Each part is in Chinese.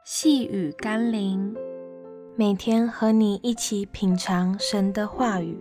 细雨甘霖，每天和你一起品尝神的话语。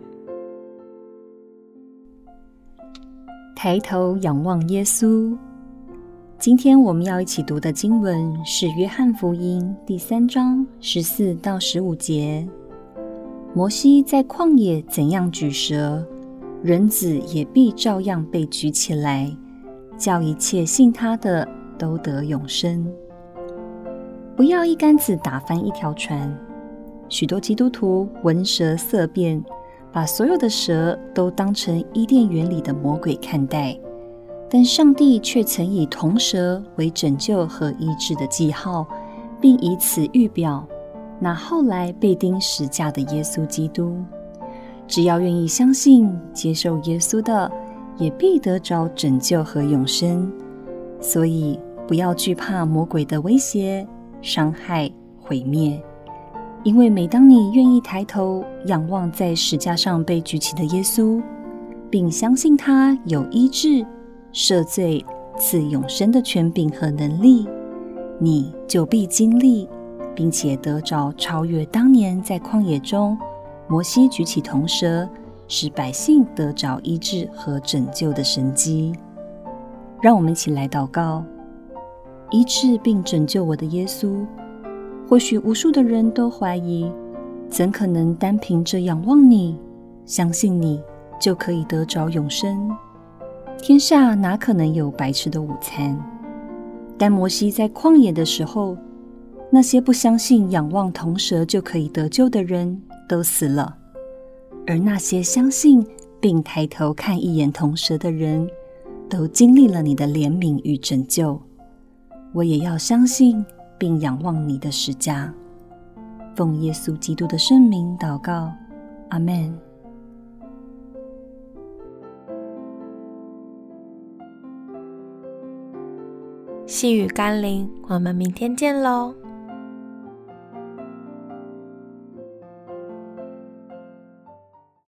抬头仰望耶稣。今天我们要一起读的经文是约翰福音第3章14到15节。摩西在旷野怎样举蛇，人子也必照样被举起来，叫一切信他的都得永生。不要一竿子打翻一条船。许多基督徒闻蛇色变，把所有的蛇都当成伊甸园里的魔鬼看待，但上帝却曾以铜蛇为拯救和医治的记号，并以此预表那后来被钉十架的耶稣基督。只要愿意相信接受耶稣的，也必得着拯救和永生。所以不要惧怕魔鬼的威胁、伤害、毁灭，因为每当你愿意抬头仰望在十架上被举起的耶稣，并相信他有医治、赦罪、赐永生的权柄和能力，你就必经历并且得着超越当年在旷野中摩西举起铜蛇使百姓得着医治和拯救的神迹。让我们一起来祷告。医治并拯救我的耶稣，或许无数的人都怀疑，怎可能单凭着仰望你、相信你就可以得着永生？天下哪可能有白吃的午餐？但摩西在旷野的时候，那些不相信仰望铜蛇就可以得救的人都死了，而那些相信并抬头看一眼铜蛇的人，都经历了你的怜悯与拯救。我也要相信并仰望你的十架。奉耶稣基督的圣名祷告，阿们。 细雨甘霖，我们明天见喽。